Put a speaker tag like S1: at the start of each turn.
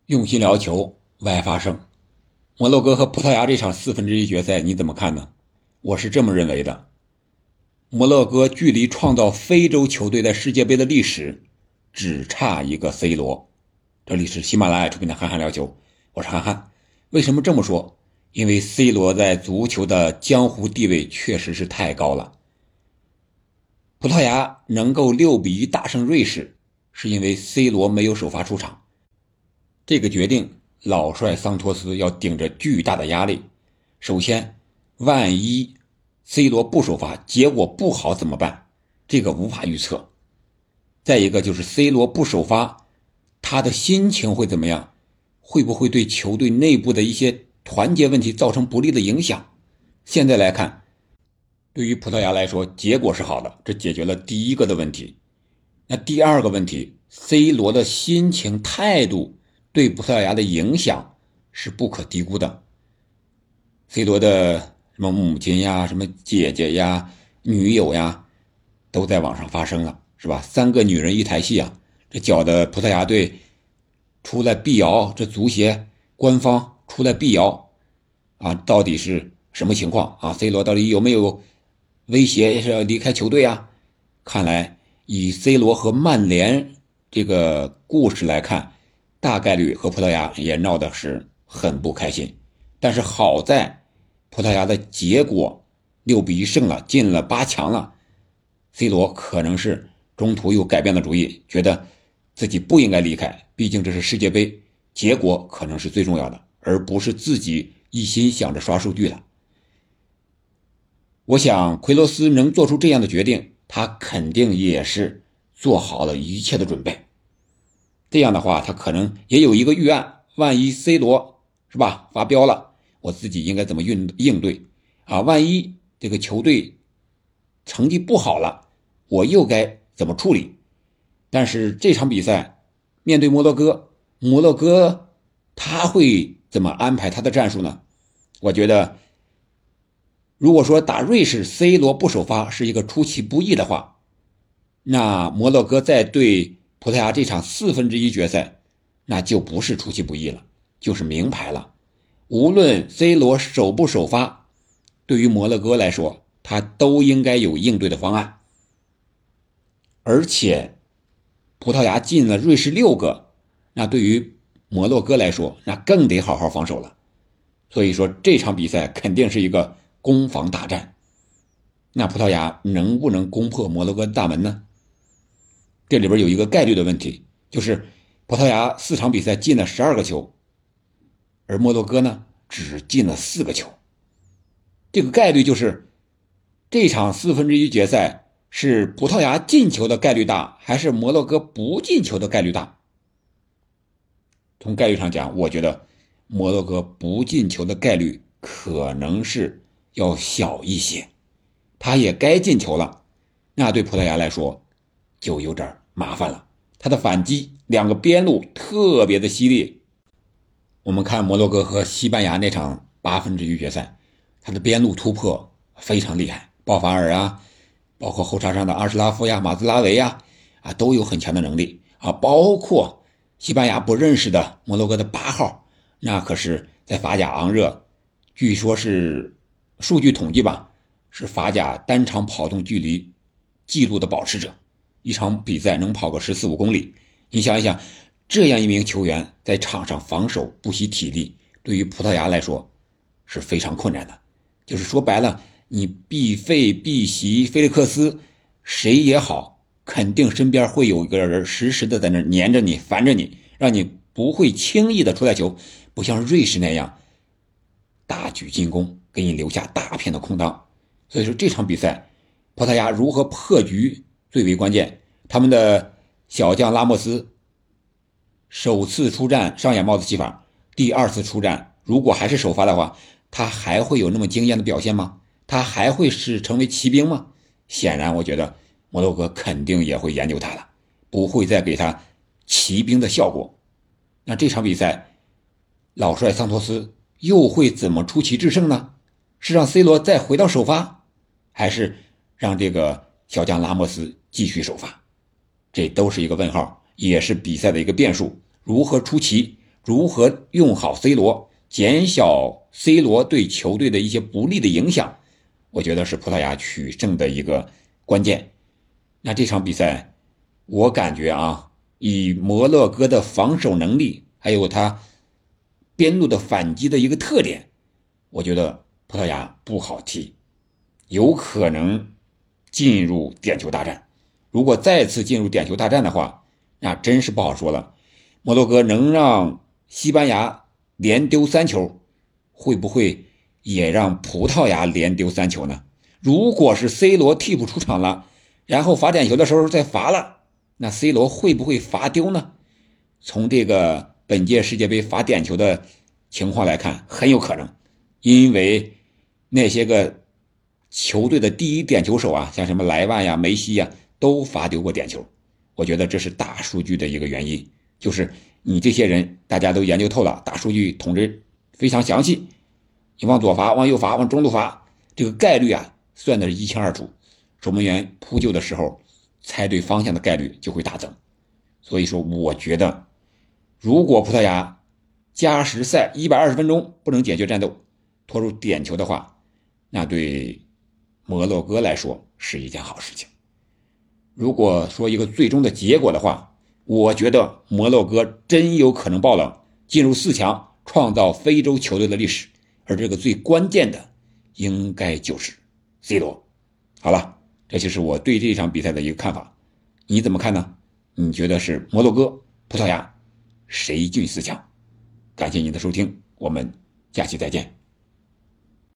S1: 用心聊球，为爱发声。摩洛哥和葡萄牙这场1/4决赛你怎么看呢？我是这么认为的。摩洛哥距离创造非洲球队在世界杯的历史只差一个 C 罗。这里是喜马拉雅出品的憨憨聊球，我是憨憨。为什么这么说？因为 C 罗在足球的江湖地位确实是太高了。葡萄牙能够6-1大胜瑞士，是因为 C 罗没有首发出场。这个决定，老帅桑托斯要顶着巨大的压力。首先，万一 C 罗不首发，结果不好怎么办？这个无法预测。再一个就是 C 罗不首发，他的心情会怎么样？会不会对球队内部的一些团结问题造成不利的影响？现在来看，对于葡萄牙来说，结果是好的，这解决了第一个的问题。那第二个问题 ，C 罗的心情态度对葡萄牙的影响是不可低估的。C 罗的什么母亲呀、什么姐姐呀、女友呀，都在网上发声了，是吧？3个女人一台戏啊，这搅得葡萄牙队出来辟谣，这足协官方出来辟谣啊，到底是什么情况啊 ？C 罗到底有没有威胁是要离开球队啊？看来以 C 罗和曼联这个故事来看，大概率和葡萄牙也闹得是很不开心。但是好在葡萄牙的结果6-1胜了，进了8强了。C 罗可能是中途又改变了主意，觉得自己不应该离开，毕竟这是世界杯，结果可能是最重要的，而不是自己一心想着刷数据了。我想奎罗斯能做出这样的决定，他肯定也是做好了一切的准备。这样的话，他可能也有一个预案，万一 C 罗是吧发飙了，我自己应该怎么应对啊？万一这个球队成绩不好了，我又该怎么处理？但是这场比赛面对摩洛哥，摩洛哥他会怎么安排他的战术呢？我觉得如果说打瑞士 C 罗不首发是一个出其不意的话，那摩洛哥在对葡萄牙这场1/4决赛，那就不是出其不意了，就是明牌了。无论 C 罗首不首发，对于摩洛哥来说，他都应该有应对的方案。而且葡萄牙进了瑞士6个，那对于摩洛哥来说，那更得好好防守了。所以说这场比赛肯定是一个攻防大战。那葡萄牙能不能攻破摩洛哥的大门呢？这里边有一个概率的问题，就是葡萄牙4场比赛进了12个球，而摩洛哥呢只进了4个球。这个概率就是这场1/4决赛是葡萄牙进球的概率大，还是摩洛哥不进球的概率大？从概率上讲，我觉得摩洛哥不进球的概率可能是要小一些，他也该进球了，那对葡萄牙来说就有点麻烦了。他的反击2个边路特别的犀利。我们看摩洛哥和西班牙那场1/8决赛，他的边路突破非常厉害，鲍法尔啊，包括后插上的阿什拉夫呀、马兹拉维呀，都有很强的能力啊。包括西班牙不认识的摩洛哥的8号，那可是在法甲昂热，据说是数据统计吧，是法甲单场跑动距离记录的保持者，一场比赛能跑个14-15公里。你想一想，这样一名球员在场上防守不惜体力，对于葡萄牙来说是非常困难的。就是说白了，你毕费、毕席、菲利克斯谁也好，肯定身边会有一个人时时的在那黏着你、烦着你，让你不会轻易的出来球，不像瑞士那样大举进攻，给你留下大片的空当。所以说这场比赛葡萄牙如何破局最为关键。他们的小将拉莫斯首次出战上演帽子戏法，第2次出战如果还是首发的话，他还会有那么惊艳的表现吗？他还会是成为骑兵吗？显然我觉得摩洛哥肯定也会研究他了，不会再给他骑兵的效果。那这场比赛老帅桑托斯又会怎么出奇制胜呢？是让 C 罗再回到首发，还是让这个小将拉莫斯继续首发？这都是一个问号，也是比赛的一个变数。如何出奇， 如何用好 C 罗，减小 C 罗对球队的一些不利的影响，我觉得是葡萄牙取胜的一个关键。那这场比赛我感觉啊，以摩洛哥的防守能力还有他边路的反击的一个特点，我觉得葡萄牙不好踢，有可能进入点球大战。如果再次进入点球大战的话，那真是不好说了。摩洛哥能让西班牙连丢3球，会不会也让葡萄牙连丢3球呢？如果是 C 罗替补出场了，然后罚点球的时候再罚了，那 C 罗会不会罚丢呢？从这个本届世界杯罚点球的情况来看，很有可能，因为那些个球队的第一点球手啊，像什么莱万呀、梅西呀，都罚丢过点球。我觉得这是大数据的一个原因，就是你这些人大家都研究透了，大数据统计非常详细，你往左罚、往右罚、往中路罚，这个概率啊算的是一清二楚。守门员扑救的时候猜对方向的概率就会大增。所以说我觉得，如果葡萄牙加时赛120分钟不能解决战斗，拖入点球的话，那对摩洛哥来说是一件好事情。如果说一个最终的结果的话，我觉得摩洛哥真有可能爆冷，进入4强，创造非洲球队的历史。而这个最关键的应该就是 C 罗。好了，这就是我对这场比赛的一个看法，你怎么看呢？你觉得是摩洛哥、葡萄牙谁进4强？感谢您的收听，我们下期再见。